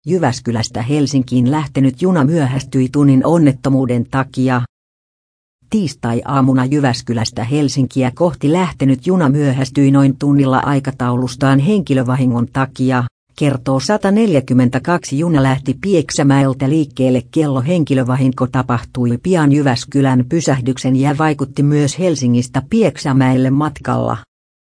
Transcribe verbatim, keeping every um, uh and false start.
Jyväskylästä Helsinkiin lähtenyt juna myöhästyi tunnin onnettomuuden takia. Tiistai-aamuna Jyväskylästä Helsinkiä kohti lähtenyt juna myöhästyi noin tunnilla aikataulustaan henkilövahingon takia, kertoo sata neljäkymmentäkaksi. Juna lähti Pieksämäeltä liikkeelle kello. Henkilövahinko tapahtui pian Jyväskylän pysähdyksen ja vaikutti myös Helsingistä Pieksämäelle matkalla.